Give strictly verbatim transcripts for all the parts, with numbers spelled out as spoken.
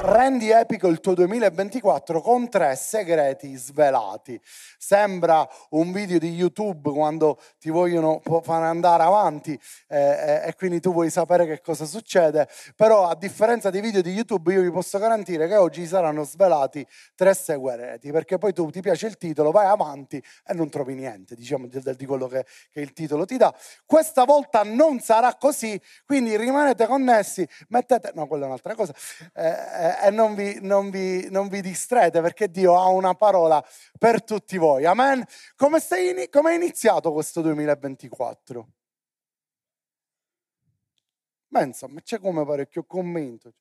rendi epico il tuo duemilaventiquattro con tre segreti svelati. Sembra un video di YouTube quando ti vogliono far andare avanti eh, e quindi tu vuoi sapere che cosa succede, però a differenza dei video di YouTube io vi posso garantire che oggi saranno svelati tre segreti, perché poi tu ti piace il titolo, vai avanti e non trovi niente, diciamo, di, di quello che, che il titolo ti dà. Questa volta non sarà così, quindi rimanete connessi, mettete, no, quella è un'altra cosa, eh, e non vi, non, vi, non vi distraete, perché Dio ha una parola per tutti voi, amen. Come, stai, come è iniziato questo duemilaventiquattro? Ma insomma, c'è come parecchio commento.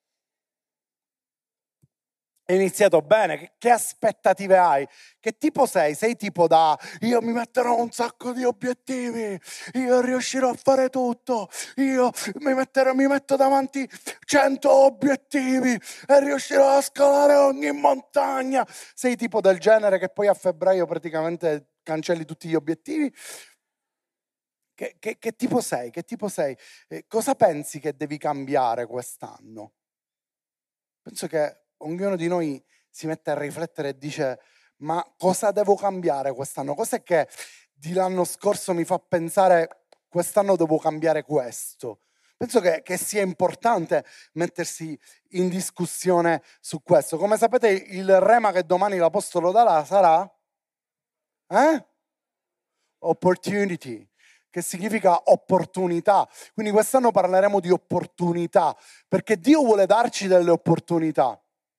È iniziato bene, che, che aspettative hai? Che tipo sei? Sei tipo da io mi metterò un sacco di obiettivi, io riuscirò a fare tutto, io mi, metterò, mi metto davanti cento obiettivi e riuscirò a scalare ogni montagna. Sei tipo del genere che poi a febbraio praticamente cancelli tutti gli obiettivi? Che, che, che tipo sei? Che tipo sei? Eh, cosa pensi che devi cambiare quest'anno? Penso che ognuno di noi si mette a riflettere e dice: ma cosa devo cambiare quest'anno? Cos'è che di l'anno scorso mi fa pensare quest'anno devo cambiare questo? Penso che, che sia importante mettersi in discussione su questo. Come sapete, il rema che domani l'Apostolo darà sarà eh? Opportunity, che significa opportunità. Quindi quest'anno parleremo di opportunità, perché Dio vuole darci delle opportunità.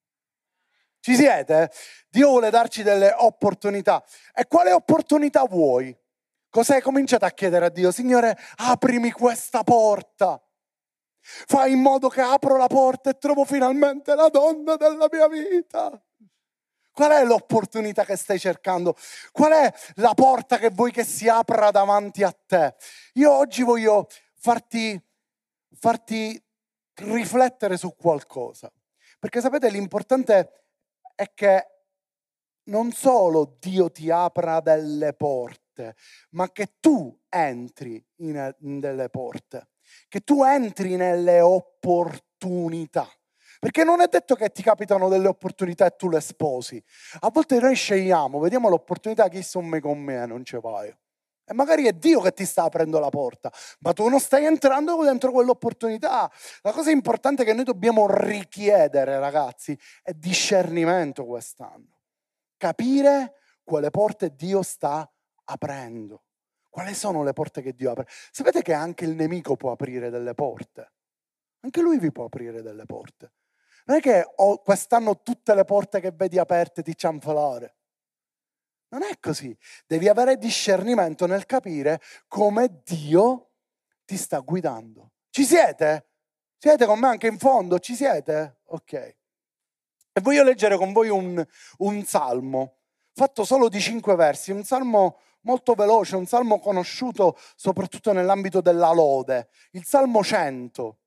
Ci siete? Dio vuole darci delle opportunità. E quale opportunità vuoi? Cos'hai cominciato a chiedere a Dio? Signore, aprimi questa porta. Fai in modo che apro la porta e trovo finalmente la donna della mia vita. Qual è l'opportunità che stai cercando? Qual è la porta che vuoi che si apra davanti a te? Io oggi voglio farti, farti riflettere su qualcosa. Perché sapete, l'importante è che non solo Dio ti apra delle porte, ma che tu entri in, in delle porte, che tu entri nelle opportunità. Perché non è detto che ti capitano delle opportunità e tu le sposi. A volte noi scegliamo, vediamo l'opportunità, chi sono me con me, non ce vai. E magari è Dio che ti sta aprendo la porta, ma tu non stai entrando dentro quell'opportunità. La cosa importante che noi dobbiamo richiedere, ragazzi, è discernimento quest'anno. Capire quale porte Dio sta aprendo. Quali sono le porte che Dio apre? Sapete che anche il nemico può aprire delle porte? Anche lui vi può aprire delle porte. Non è che oh, quest'anno tutte le porte che vedi aperte ti cianfalare. Non è così. Devi avere discernimento nel capire come Dio ti sta guidando. Ci siete? Siete con me anche in fondo? Ci siete? Ok. E voglio leggere con voi un, un salmo, fatto solo di cinque versi, un salmo molto veloce, un salmo conosciuto soprattutto nell'ambito della lode, il Salmo cento.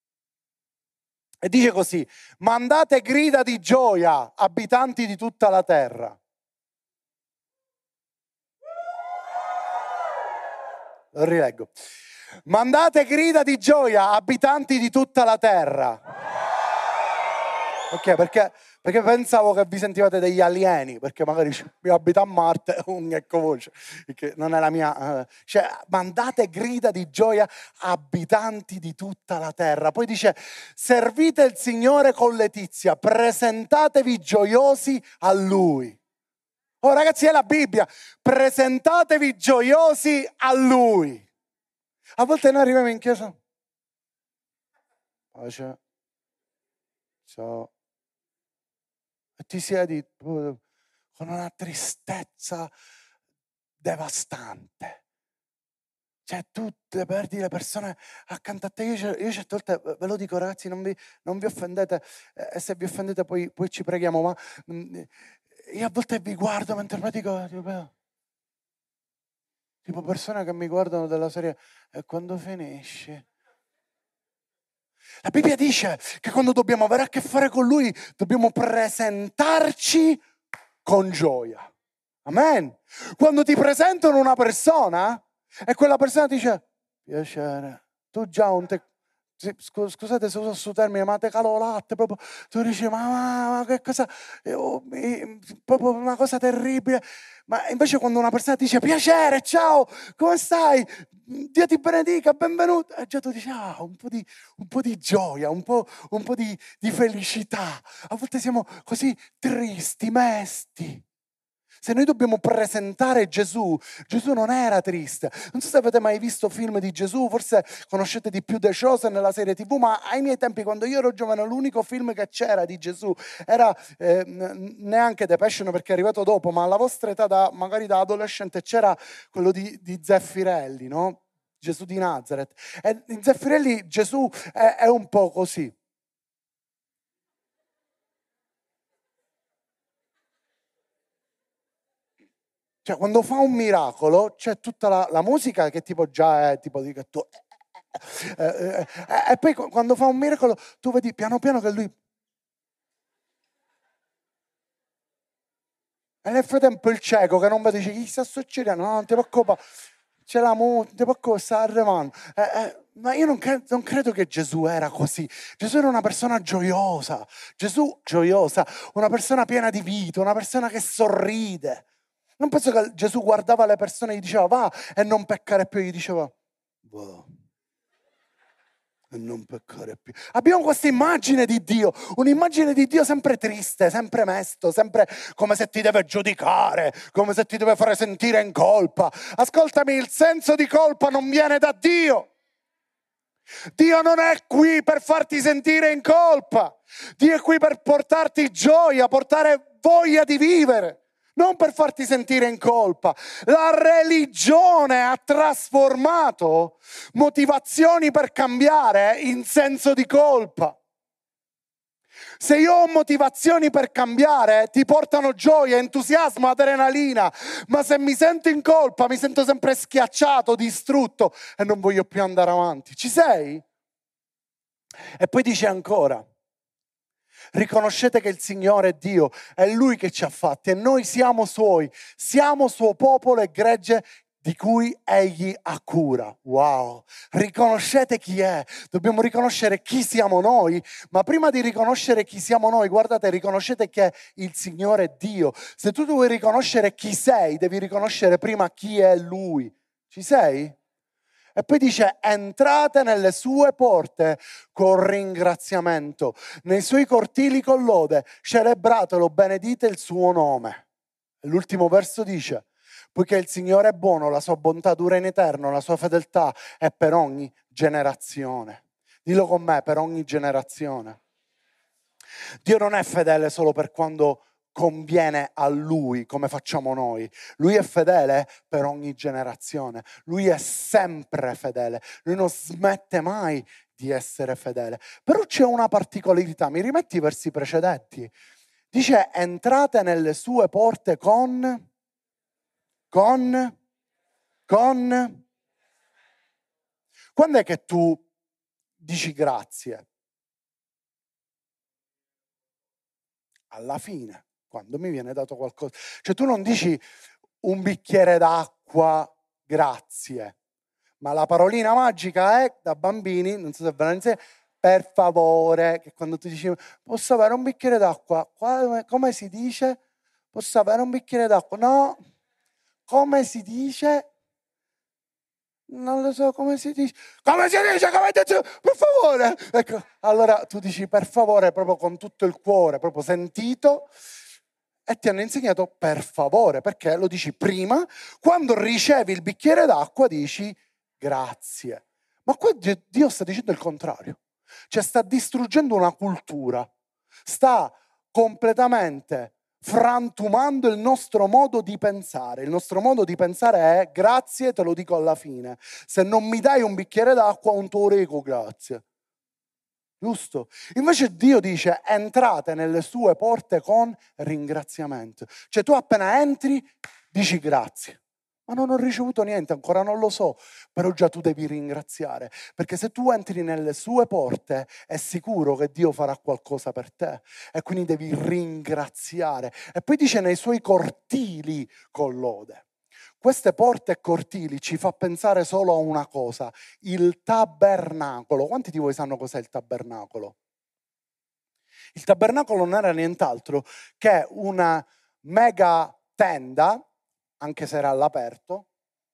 E dice così: mandate grida di gioia, abitanti di tutta la terra. Lo rileggo. Mandate grida di gioia, abitanti di tutta la terra. Ok, perché, perché pensavo che vi sentivate degli alieni, perché magari io abito a Marte, un ecco voce, che non è la mia. Uh, cioè, mandate grida di gioia, abitanti di tutta la terra. Poi dice: servite il Signore con letizia, presentatevi gioiosi a Lui. Oh ragazzi, è la Bibbia, presentatevi gioiosi a Lui. A volte noi arriviamo in chiesa, pace, ciao, e ti siedi con una tristezza devastante. Cioè tu perdi le persone accanto a te. Io, io certe volte ve lo dico, ragazzi, non vi, non vi offendete, e se vi offendete poi, poi ci preghiamo, ma io a volte vi guardo mentre predico, tipo, tipo persone che mi guardano della serie, e quando finisci? La Bibbia dice che quando dobbiamo avere a che fare con Lui, dobbiamo presentarci con gioia. Amen. Quando ti presentano una persona e quella persona dice: piacere, tu già un te... scusate se uso questo termine, ma te calo latte, proprio, tu dici, ma, ma, ma che cosa, oh, eh, proprio una cosa terribile. Ma invece quando una persona ti dice, piacere, ciao, come stai? Dio ti benedica, benvenuto. E già tu dici, ah, un po' di, un po' di gioia, un po', un po' di, di felicità. A volte siamo così tristi, mesti. Se noi dobbiamo presentare Gesù, Gesù non era triste. Non so se avete mai visto film di Gesù, forse conoscete di più The Chosen nella serie tivù, ma ai miei tempi, quando io ero giovane, l'unico film che c'era di Gesù era eh, neanche The Passion perché è arrivato dopo, ma alla vostra età, da, magari da adolescente, c'era quello di, di Zeffirelli, no? Gesù di Nazareth. E in Zeffirelli Gesù è, è un po' così. Cioè, quando fa un miracolo, c'è tutta la, la musica che tipo già è tipo di che tu... Eh, eh, eh, e poi quando fa un miracolo, tu vedi piano piano che lui... E nel frattempo il cieco che non vede, dice, chi sta succedendo? No, non ti preoccupare, c'è la musica, non ti preoccupare, sta arrivando. Eh, eh, ma io non, cre- non credo che Gesù era così. Gesù era una persona gioiosa. Gesù gioiosa, una persona piena di vita, una persona che sorride. Non penso che Gesù guardava le persone e gli diceva va e non peccare più, gli diceva va e non peccare più. Abbiamo questa immagine di Dio, un'immagine di Dio sempre triste, sempre mesto, sempre come se ti deve giudicare, come se ti deve fare sentire in colpa. Ascoltami, il senso di colpa non viene da Dio. Dio non è qui per farti sentire in colpa. Dio è qui per portarti gioia, portare voglia di vivere. Non per farti sentire in colpa. La religione ha trasformato motivazioni per cambiare in senso di colpa. Se io ho motivazioni per cambiare, ti portano gioia, entusiasmo, adrenalina, ma se mi sento in colpa, mi sento sempre schiacciato, distrutto e non voglio più andare avanti. Ci sei? E poi dice ancora, riconoscete che il Signore è Dio, è Lui che ci ha fatti e noi siamo Suoi, siamo Suo popolo e gregge di cui Egli ha cura. Wow! Riconoscete chi è, dobbiamo riconoscere chi siamo noi, ma prima di riconoscere chi siamo noi, guardate, riconoscete che il Signore è Dio. Se tu vuoi riconoscere chi sei, devi riconoscere prima chi è Lui. Ci sei? E poi dice, entrate nelle sue porte con ringraziamento, nei suoi cortili con lode, celebratelo, benedite il suo nome. E l'ultimo verso dice, poiché il Signore è buono, la sua bontà dura in eterno, la sua fedeltà è per ogni generazione. Dillo con me, per ogni generazione. Dio non è fedele solo per quando conviene a Lui, come facciamo noi. Lui è fedele per ogni generazione. Lui è sempre fedele. Lui non smette mai di essere fedele. Però c'è una particolarità. Mi rimetti i versi precedenti? Dice, entrate nelle sue porte con... Con... Con... Quando è che tu dici grazie? Alla fine, quando mi viene dato qualcosa. Cioè tu non dici un bicchiere d'acqua, grazie. Ma la parolina magica è, da bambini, non so se ve la insegno, per favore, che quando tu dici, posso avere un bicchiere d'acqua? Come, come si dice? Posso avere un bicchiere d'acqua? No. Come si dice? Non lo so come si dice. Come si dice? Come dice? Per favore. Ecco, allora tu dici per favore proprio con tutto il cuore, proprio sentito, e ti hanno insegnato per favore, perché lo dici prima, quando ricevi il bicchiere d'acqua dici grazie. Ma qua Dio sta dicendo il contrario. Cioè sta distruggendo una cultura. Sta completamente frantumando il nostro modo di pensare. Il nostro modo di pensare è grazie, te lo dico alla fine. Se non mi dai un bicchiere d'acqua, un tuo reco, grazie. Giusto? Invece Dio dice entrate nelle sue porte con ringraziamento. Cioè tu appena entri dici grazie. Ma non ho ricevuto niente, ancora non lo so, però già tu devi ringraziare, perché se tu entri nelle sue porte è sicuro che Dio farà qualcosa per te e quindi devi ringraziare. E poi dice nei suoi cortili con lode. queste porte e cortili ci fa pensare solo a una cosa, il tabernacolo. Quanti di voi sanno cos'è il tabernacolo? Il tabernacolo non era nient'altro che una mega tenda, anche se era all'aperto,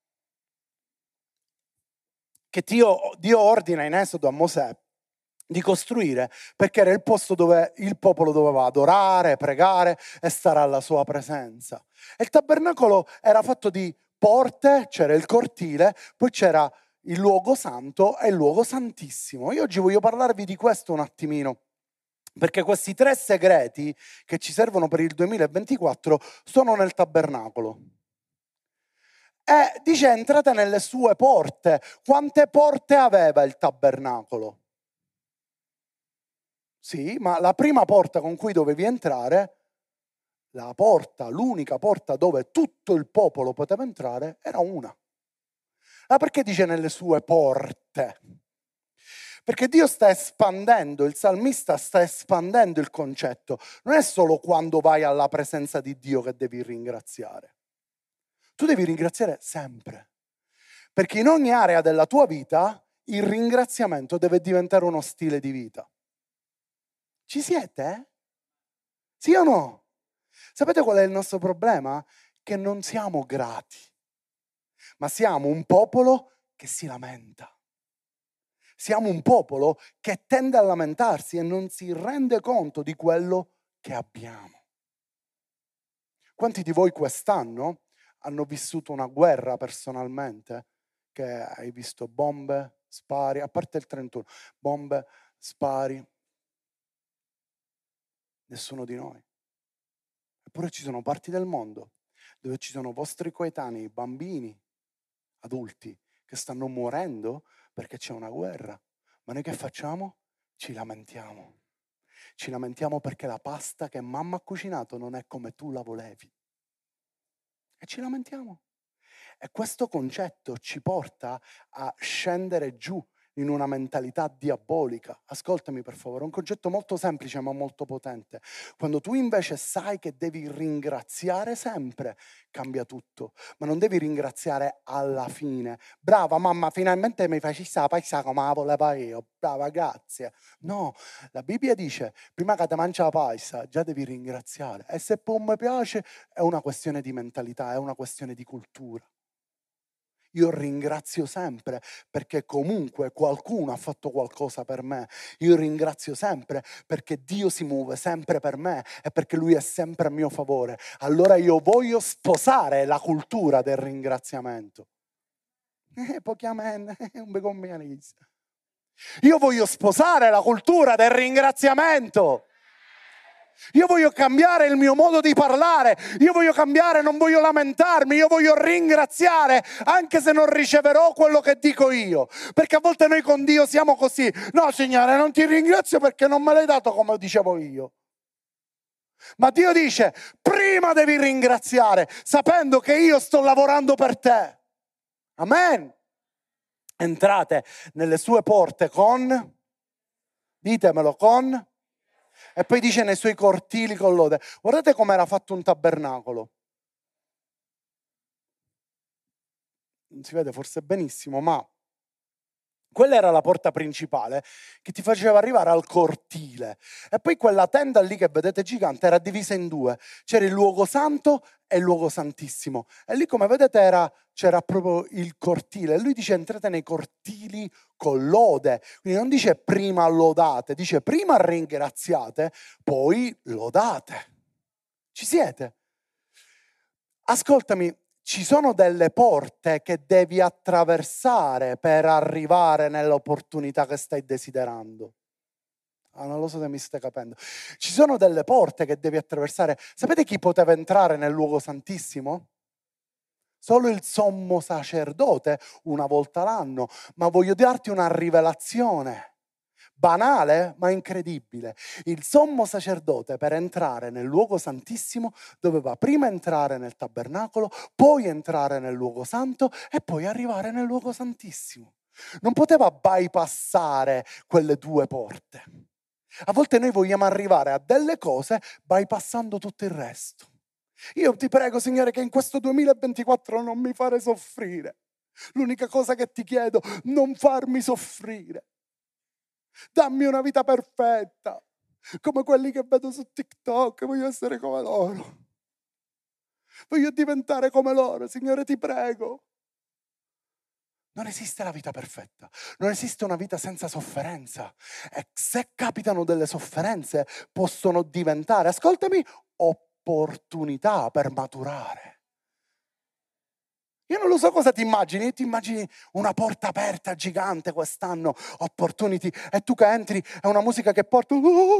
che Dio, Dio ordina in Esodo a Mosè di costruire, perché era il posto dove il popolo doveva adorare, pregare e stare alla sua presenza. E il tabernacolo era fatto di porte, c'era il cortile, poi c'era il luogo santo e il luogo santissimo. Io oggi voglio parlarvi di questo un attimino, perché questi tre segreti che ci servono per il duemilaventiquattro sono nel tabernacolo. E dice entrate nelle sue porte. Quante porte aveva il tabernacolo? Sì, ma la prima porta con cui dovevi entrare, la porta, l'unica porta dove tutto il popolo poteva entrare, era una. Ma perché dice nelle sue porte? Perché Dio sta espandendo, il salmista sta espandendo il concetto. Non è solo quando vai alla presenza di Dio che devi ringraziare. Tu devi ringraziare sempre. Perché in ogni area della tua vita il ringraziamento deve diventare uno stile di vita. Ci siete? Sì o no? Sapete qual è il nostro problema? Che non siamo grati, ma siamo un popolo che si lamenta. Siamo un popolo che tende a lamentarsi e non si rende conto di quello che abbiamo. Quanti di voi quest'anno hanno vissuto una guerra personalmente? Che hai visto bombe, spari, a parte il trentuno, bombe, spari. Nessuno di noi. Eppure ci sono parti del mondo dove ci sono vostri coetanei, bambini, adulti, che stanno morendo perché c'è una guerra. Ma noi che facciamo? Ci lamentiamo. Ci lamentiamo perché la pasta che mamma ha cucinato non è come tu la volevi. E ci lamentiamo. E questo concetto ci porta a scendere giù in una mentalità diabolica. Ascoltami per favore, è un concetto molto semplice ma molto potente. Quando tu invece sai che devi ringraziare sempre, cambia tutto. Ma non devi ringraziare alla fine. Brava mamma, finalmente mi facessi la pizza come la volevo io. Brava, grazie. No, la Bibbia dice, prima che ti mangi la pizza, già devi ringraziare. E se poi mi piace, è una questione di mentalità, è una questione di cultura. Io ringrazio sempre perché comunque qualcuno ha fatto qualcosa per me. Io ringrazio sempre perché Dio si muove sempre per me e perché Lui è sempre a mio favore. Allora io voglio sposare la cultura del ringraziamento. Eh, pochi amen, un begommianis. Io voglio sposare la cultura del ringraziamento. Io voglio cambiare il mio modo di parlare, io voglio cambiare, non voglio lamentarmi, io voglio ringraziare anche se non riceverò quello che dico io. Perché a volte noi con Dio siamo così, no Signore non ti ringrazio perché non me l'hai dato come dicevo io. Ma Dio dice, prima devi ringraziare sapendo che io sto lavorando per te. Amen. Entrate nelle sue porte con, ditemelo con... E poi dice nei suoi cortili con lode. Guardate come era fatto un tabernacolo. Non si vede forse benissimo, ma quella era la porta principale che ti faceva arrivare al cortile. E poi quella tenda lì che vedete gigante era divisa in due. C'era il luogo santo e il luogo santissimo. E lì come vedete era, c'era proprio il cortile. E lui dice entrate nei cortili con lode. Quindi non dice prima lodate, dice prima ringraziate, poi lodate. Ci siete? Ascoltami. Ci sono delle porte che devi attraversare per arrivare nell'opportunità che stai desiderando. Ah, non lo so se mi stai capendo. Ci sono delle porte che devi attraversare. Sapete chi poteva entrare nel luogo santissimo? Solo il sommo sacerdote una volta l'anno. Ma voglio darti una rivelazione. Banale ma incredibile. Il sommo sacerdote per entrare nel luogo santissimo doveva prima entrare nel tabernacolo, poi entrare nel luogo santo e poi arrivare nel luogo santissimo. Non poteva bypassare quelle due porte. A volte noi vogliamo arrivare a delle cose bypassando tutto il resto. Io ti prego, Signore, che in questo duemilaventiquattro non mi fare soffrire. L'unica cosa che ti chiedo, non farmi soffrire. Dammi una vita perfetta, come quelli che vedo su TikTok. Voglio essere come loro. Voglio diventare come loro, Signore, ti prego. Non esiste la vita perfetta, non esiste una vita senza sofferenza. E se capitano delle sofferenze, possono diventare, ascoltami, opportunità per maturare. Io non lo so cosa ti immagini, ti immagini una porta aperta gigante quest'anno, opportunity, e tu che entri, è una musica che porta,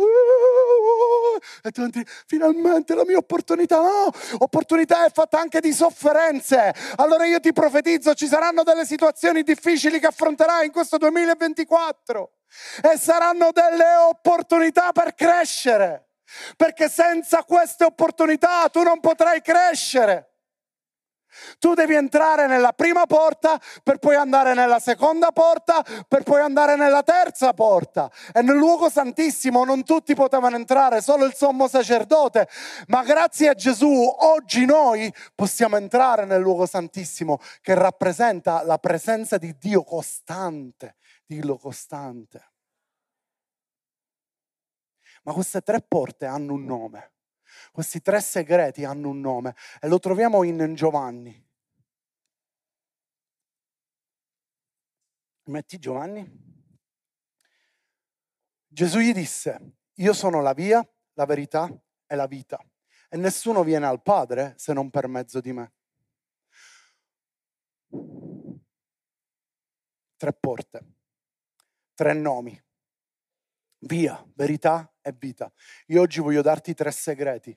e tu entri, finalmente la mia opportunità. No, opportunità è fatta anche di sofferenze. Allora io ti profetizzo, ci saranno delle situazioni difficili che affronterai in questo duemilaventiquattro e saranno delle opportunità per crescere, perché senza queste opportunità tu non potrai crescere. Tu devi entrare nella prima porta per poi andare nella seconda porta, per poi andare nella terza porta. E nel luogo santissimo non tutti potevano entrare, solo il sommo sacerdote. Ma grazie a Gesù oggi noi possiamo entrare nel luogo santissimo, che rappresenta la presenza di Dio costante. Dillo costante. Ma queste tre porte hanno un nome. Questi tre segreti hanno un nome e lo troviamo in Giovanni. Metti Giovanni. Gesù gli disse: io sono la via, la verità e la vita, e nessuno viene al Padre se non per mezzo di me. Tre porte, tre nomi: via, verità e vita. Io oggi voglio darti tre segreti.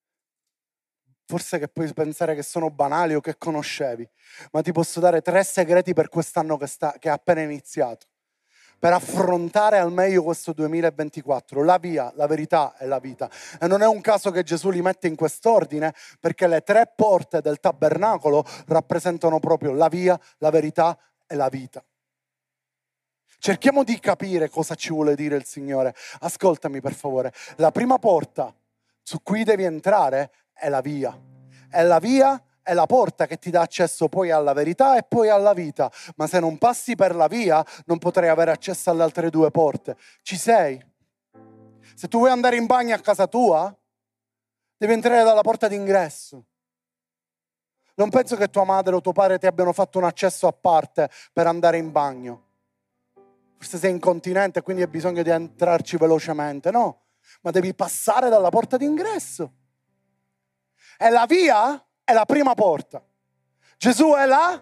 Forse che puoi pensare che sono banali o che conoscevi, ma ti posso dare tre segreti per quest'anno che, sta, che è appena iniziato, per affrontare al meglio questo duemilaventiquattro, la via, la verità e la vita. E non è un caso che Gesù li mette in quest'ordine, perché le tre porte del tabernacolo rappresentano proprio la via, la verità e la vita. Cerchiamo di capire cosa ci vuole dire il Signore. Ascoltami per favore. La prima porta su cui devi entrare è la via. E la via è la porta che ti dà accesso poi alla verità e poi alla vita. Ma se non passi per la via, non potrai avere accesso alle altre due porte. Ci sei? Se tu vuoi andare in bagno a casa tua, devi entrare dalla porta d'ingresso. Non penso che tua madre o tuo padre ti abbiano fatto un accesso a parte per andare in bagno. Forse sei incontinente e quindi hai bisogno di entrarci velocemente. No, ma devi passare dalla porta d'ingresso. E la via è la prima porta. Gesù è la?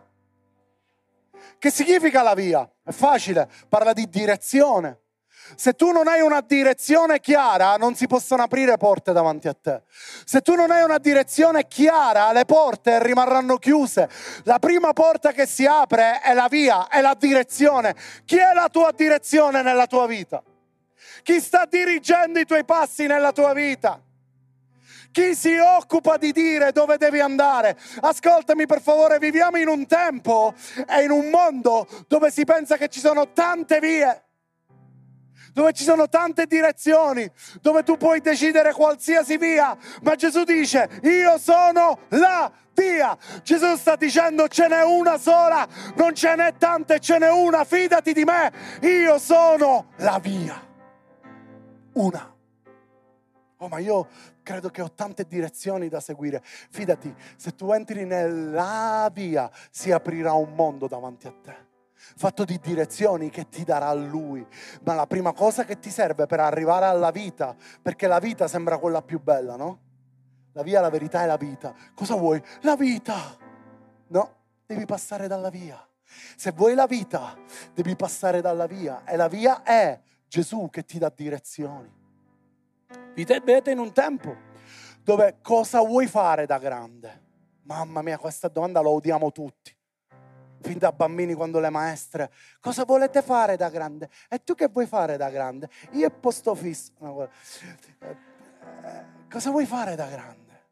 Che significa la via? È facile, parla di direzione. Se tu non hai una direzione chiara, non si possono aprire porte davanti a te. Se tu non hai una direzione chiara, le porte rimarranno chiuse. La prima porta che si apre è la via, è la direzione. Chi è la tua direzione nella tua vita? Chi sta dirigendo i tuoi passi nella tua vita? Chi si occupa di dire dove devi andare? Ascoltami per favore, viviamo in un tempo e in un mondo dove si pensa che ci sono tante vie, dove ci sono tante direzioni, dove tu puoi decidere qualsiasi via, ma Gesù dice: io sono la via. Gesù sta dicendo: ce n'è una sola, non ce n'è tante, ce n'è una, fidati di me, io sono la via. Una. Oh, ma io credo che ho tante direzioni da seguire. Fidati, se tu entri nella via, si aprirà un mondo davanti a te, fatto di direzioni che ti darà Lui. Ma la prima cosa che ti serve per arrivare alla vita, perché la vita sembra quella più bella, no? La via, la verità e la vita. Cosa vuoi? La vita! No, devi passare dalla via. Se vuoi la vita, devi passare dalla via. E la via è Gesù che ti dà direzioni. Vivete in un tempo dove cosa vuoi fare da grande? Mamma mia, questa domanda la odiamo tutti. Fin da bambini, quando le maestre: cosa volete fare da grande? E tu che vuoi fare da grande? Io è posto fisso. No, eh, eh, cosa vuoi fare da grande?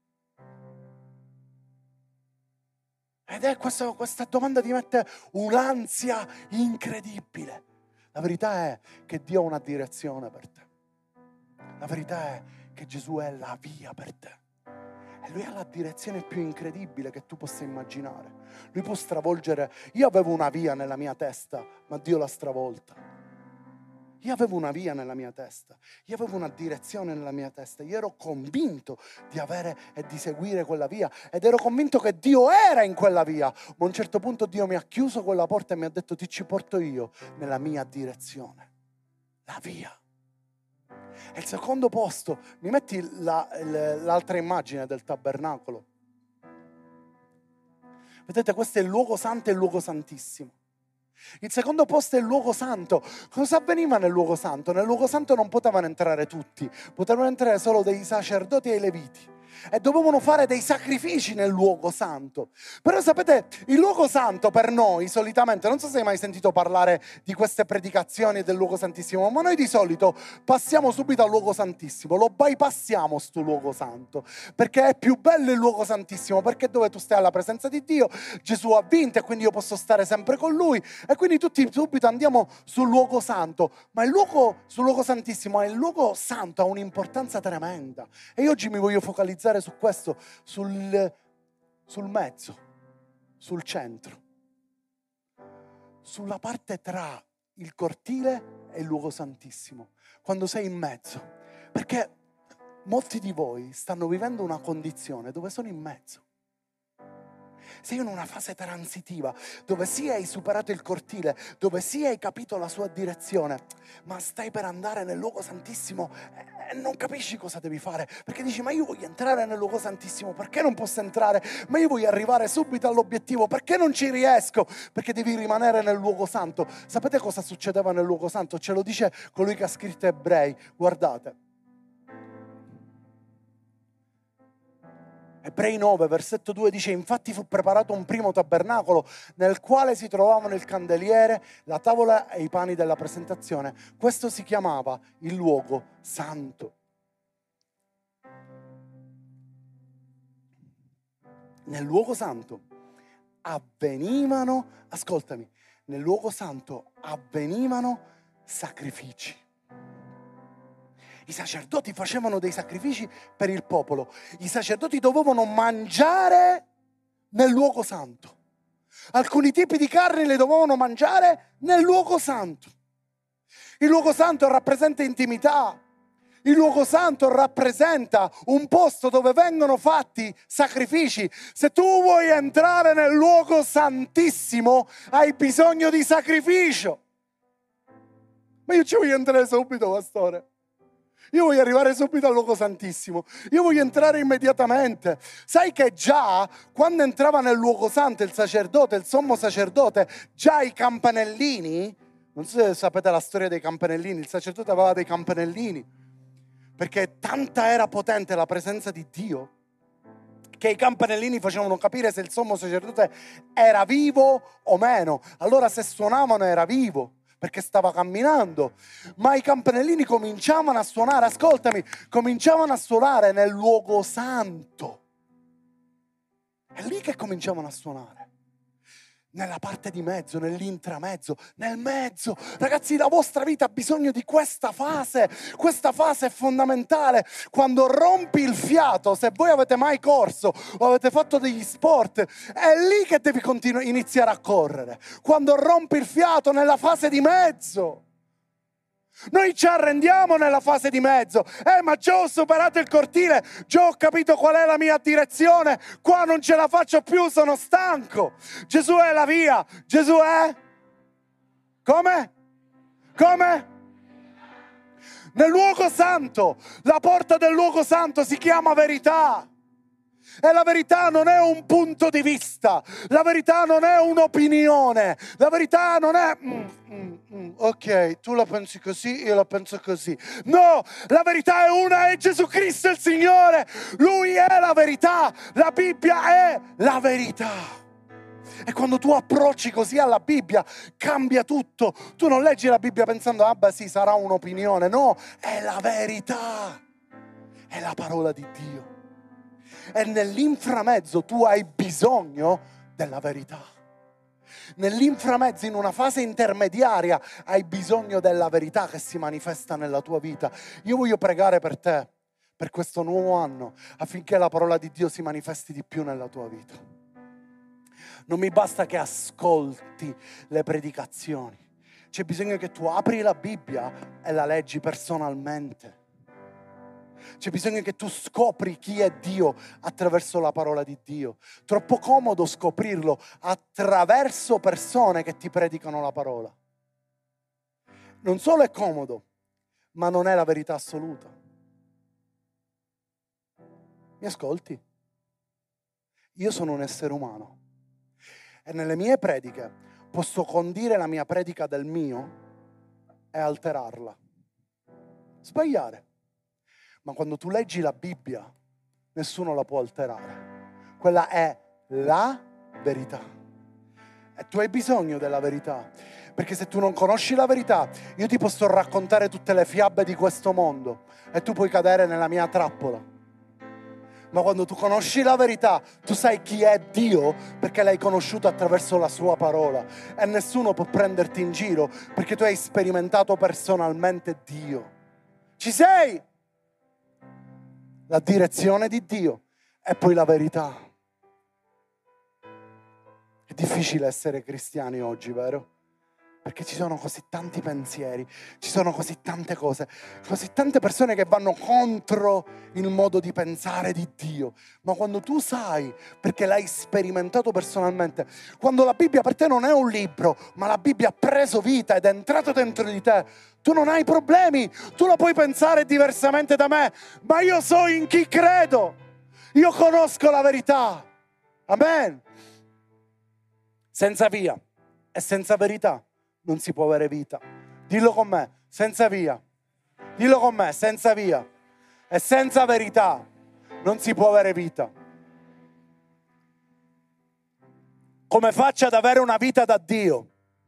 Ed è questa, questa domanda ti mette un'ansia incredibile. La verità è che Dio ha una direzione per te. La verità è che Gesù è la via per te. E lui ha la direzione più incredibile che tu possa immaginare. Lui può stravolgere. Io avevo una via nella mia testa, ma Dio l'ha stravolta. Io avevo una via nella mia testa, io avevo una direzione nella mia testa, io ero convinto di avere e di seguire quella via ed ero convinto che Dio era in quella via, ma a un certo punto Dio mi ha chiuso quella porta e mi ha detto: ti ci porto io nella mia direzione, la via. E il secondo posto, mi metti la, l'altra immagine del tabernacolo. Vedete, questo è il luogo santo e il luogo santissimo. Il secondo posto è il luogo santo. Cosa avveniva nel luogo santo? Nel luogo santo non potevano entrare tutti, potevano entrare solo dei sacerdoti e i leviti e dovevano fare dei sacrifici nel luogo santo. Però sapete, il luogo santo per noi solitamente, non so se hai mai sentito parlare di queste predicazioni del luogo santissimo, ma noi di solito passiamo subito al luogo santissimo, lo bypassiamo sto luogo santo, perché è più bello il luogo santissimo, perché è dove tu stai alla presenza di Dio, Gesù ha vinto e quindi io posso stare sempre con Lui, e quindi tutti subito andiamo sul luogo santo. Ma il luogo, sul luogo santissimo, il luogo santo ha un'importanza tremenda, e io oggi mi voglio focalizzare su questo, sul, sul mezzo, sul centro, sulla parte tra il cortile e il luogo santissimo, quando sei in mezzo, perché molti di voi stanno vivendo una condizione dove sono in mezzo. Sei in una fase transitiva dove sì hai superato il cortile, dove sì hai capito la sua direzione, ma stai per andare nel luogo santissimo e non capisci cosa devi fare, perché dici: ma io voglio entrare nel luogo santissimo, perché non posso entrare? Ma io voglio arrivare subito all'obiettivo, perché non ci riesco? Perché devi rimanere nel luogo santo. Sapete cosa succedeva nel luogo santo? Ce lo dice colui che ha scritto Ebrei, guardate. Ebrei nove, versetto due dice: infatti fu preparato un primo tabernacolo nel quale si trovavano il candeliere, la tavola e i pani della presentazione. Questo si chiamava il luogo santo. Nel luogo santo avvenivano, ascoltami, nel luogo santo avvenivano sacrifici. I sacerdoti facevano dei sacrifici per il popolo. I sacerdoti dovevano mangiare nel luogo santo. Alcuni tipi di carne le dovevano mangiare nel luogo santo. Il luogo santo rappresenta intimità. Il luogo santo rappresenta un posto dove vengono fatti sacrifici. Se tu vuoi entrare nel luogo santissimo, hai bisogno di sacrificio. Ma io ci voglio entrare subito, pastore. Io voglio arrivare subito al luogo santissimo. Io voglio entrare immediatamente. Sai che già quando entrava nel luogo santo il sacerdote, il sommo sacerdote, già i campanellini, non so se sapete la storia dei campanellini, il sacerdote aveva dei campanellini, perché tanta era potente la presenza di Dio che i campanellini facevano capire se il sommo sacerdote era vivo o meno. Allora se suonavano era vivo, perché stava camminando, ma i campanellini cominciavano a suonare, ascoltami, cominciavano a suonare nel luogo santo. È lì che cominciavano a suonare. Nella parte di mezzo, nell'intramezzo, nel mezzo. Ragazzi, la vostra vita ha bisogno di questa fase. Questa fase è fondamentale. Quando rompi il fiato, se voi avete mai corso o avete fatto degli sport, è lì che devi continu- iniziare a correre. Quando rompi il fiato, nella fase di mezzo. Noi ci arrendiamo nella fase di mezzo. Eh, ma già ho superato il cortile, già ho capito qual è la mia direzione, qua non ce la faccio più, sono stanco. Gesù è la via. Gesù è? Come? Come? Nel luogo santo, la porta del luogo santo si chiama verità. E la verità non è un punto di vista, la verità non è un'opinione, la verità non è mm, mm, mm, ok, tu la pensi così, io la penso così. No, la verità è una, è Gesù Cristo il Signore, Lui è la verità, la Bibbia è la verità. E quando tu approcci così alla Bibbia, cambia tutto. Tu non leggi la Bibbia pensando, ah beh sì, sarà un'opinione. No, è la verità, è la parola di Dio. E nell'inframezzo tu hai bisogno della verità. Nell'inframezzo, in una fase intermediaria, hai bisogno della verità che si manifesta nella tua vita. Io voglio pregare per te, per questo nuovo anno, affinché la parola di Dio si manifesti di più nella tua vita. Non mi basta che ascolti le predicazioni. C'è bisogno che tu apri la Bibbia e la leggi personalmente. C'è bisogno che tu scopri chi è Dio attraverso la parola di Dio. Troppo comodo scoprirlo attraverso persone che ti predicano la parola. Non solo è comodo, ma non è la verità assoluta. Mi ascolti? Io sono un essere umano e nelle mie prediche posso condire la mia predica del mio e alterarla. Sbagliare. Ma quando tu leggi la Bibbia, nessuno la può alterare. Quella è la verità. E tu hai bisogno della verità. Perché se tu non conosci la verità, io ti posso raccontare tutte le fiabe di questo mondo e tu puoi cadere nella mia trappola. Ma quando tu conosci la verità, tu sai chi è Dio perché l'hai conosciuto attraverso la sua parola. E nessuno può prenderti in giro perché tu hai sperimentato personalmente Dio. Ci sei? La direzione di Dio e poi la verità. È difficile essere cristiani oggi, vero? Perché ci sono così tanti pensieri, ci sono così tante cose, così tante persone che vanno contro il modo di pensare di Dio. Ma quando tu sai, perché l'hai sperimentato personalmente, quando la Bibbia per te non è un libro, ma la Bibbia ha preso vita ed è entrata dentro di te, tu non hai problemi, tu la puoi pensare diversamente da me, ma io so in chi credo, io conosco la verità. Amen. Senza via e senza verità non si può avere vita. Dillo con me, senza via. Dillo con me, senza via. E senza verità non si può avere vita. Come faccio ad avere una vita da Dio?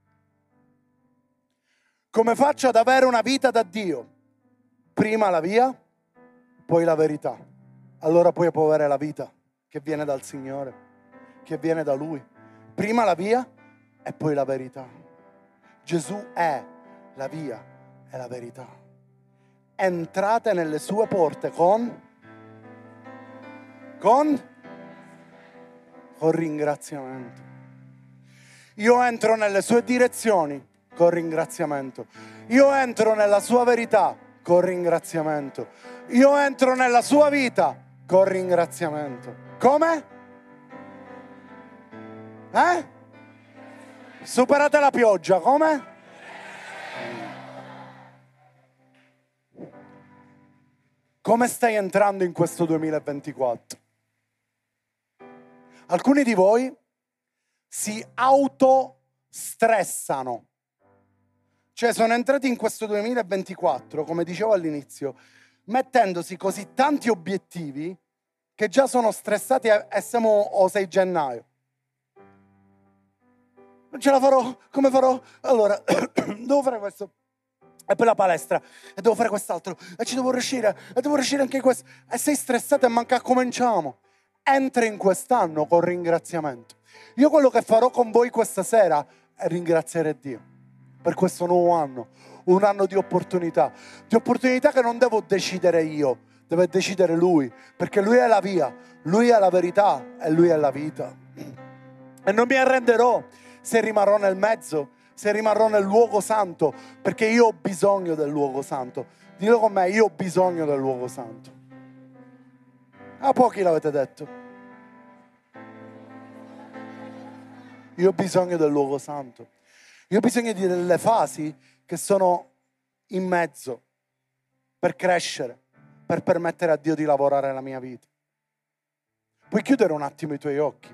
Come faccio ad avere una vita da Dio? Prima la via, poi la verità. Allora poi può avere la vita che viene dal Signore, che viene da Lui. Prima la via e poi la verità. Gesù è la via e la verità. Entrate nelle sue porte con con con ringraziamento. Io entro nelle sue direzioni con ringraziamento. Io entro nella sua verità con ringraziamento. Io entro nella sua vita con ringraziamento. Come? Eh? Superate la pioggia, come? Come stai entrando in questo duemilaventiquattro? Alcuni di voi si autostressano. Cioè sono entrati in questo duemilaventiquattro, come dicevo all'inizio, mettendosi così tanti obiettivi che già sono stressati e siamo a sei gennaio. Non ce la farò, come farò? Allora, devo fare questo, e poi la palestra, e devo fare quest'altro, e ci devo riuscire, e devo riuscire anche in questo, e sei stressato e manca cominciamo. Entra in quest'anno con ringraziamento. Io quello che farò con voi questa sera è ringraziare Dio per questo nuovo anno, un anno di opportunità, di opportunità che non devo decidere io, deve decidere Lui, perché Lui è la via, Lui è la verità e Lui è la vita. E non mi arrenderò se rimarrò nel mezzo, se rimarrò nel luogo santo, perché io ho bisogno del luogo santo. Dillo con me, io ho bisogno del luogo santo. A pochi l'avete detto. Io ho bisogno del luogo santo. Io ho bisogno di delle fasi che sono in mezzo per crescere, per permettere a Dio di lavorare nella mia vita. Puoi chiudere un attimo i tuoi occhi?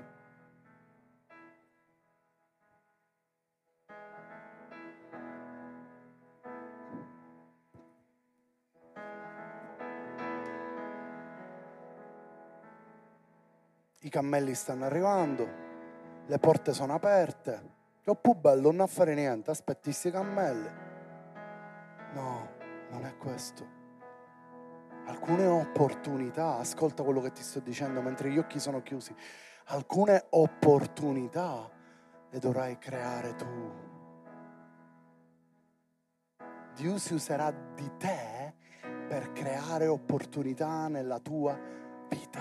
I cammelli stanno arrivando, le porte sono aperte. È più bello non fare niente, aspetti questi cammelli. No, non è questo. Alcune opportunità, ascolta quello che ti sto dicendo mentre gli occhi sono chiusi. Alcune opportunità le dovrai creare tu. Dio si userà di te per creare opportunità nella tua vita.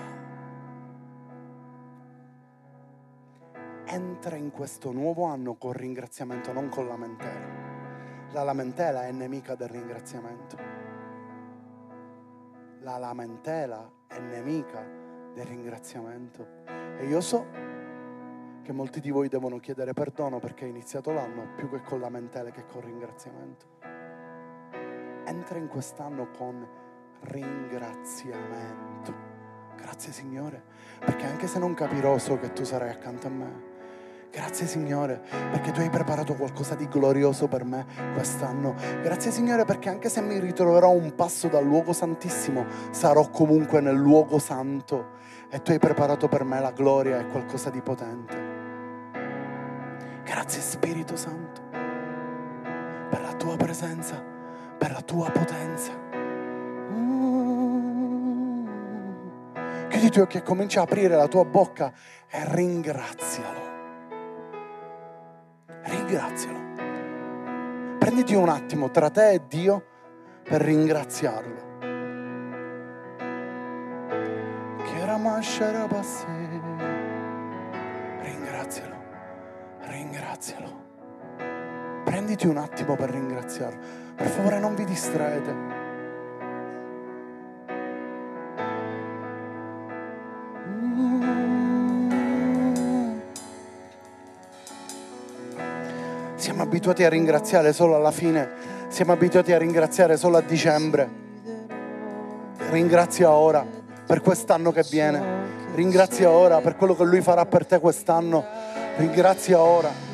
Entra in questo nuovo anno con ringraziamento, non con lamentela. La lamentela è nemica del ringraziamento. La lamentela è nemica del ringraziamento. E io so che molti di voi devono chiedere perdono perché è iniziato l'anno più che con lamentele che con ringraziamento. Entra in quest'anno con ringraziamento. Grazie Signore, perché anche se non capirò so che tu sarai accanto a me. Grazie Signore, perché tu hai preparato qualcosa di glorioso per me quest'anno. Grazie Signore, perché anche se mi ritroverò un passo dal luogo santissimo, sarò comunque nel luogo santo e tu hai preparato per me la gloria e qualcosa di potente. Grazie Spirito Santo per la tua presenza, per la tua potenza. Mm. Chiudi i tuoi occhi e comincia a aprire la tua bocca e ringrazialo. Ringrazialo. Prenditi un attimo tra te e Dio per ringraziarlo. Ringrazialo. Ringrazialo. Prenditi un attimo per ringraziarlo. Per favore non vi distraete. Siamo abituati a ringraziare solo alla fine, siamo abituati a ringraziare solo a dicembre. Ringrazia ora per quest'anno che viene, ringrazia ora per quello che Lui farà per te quest'anno, ringrazia ora.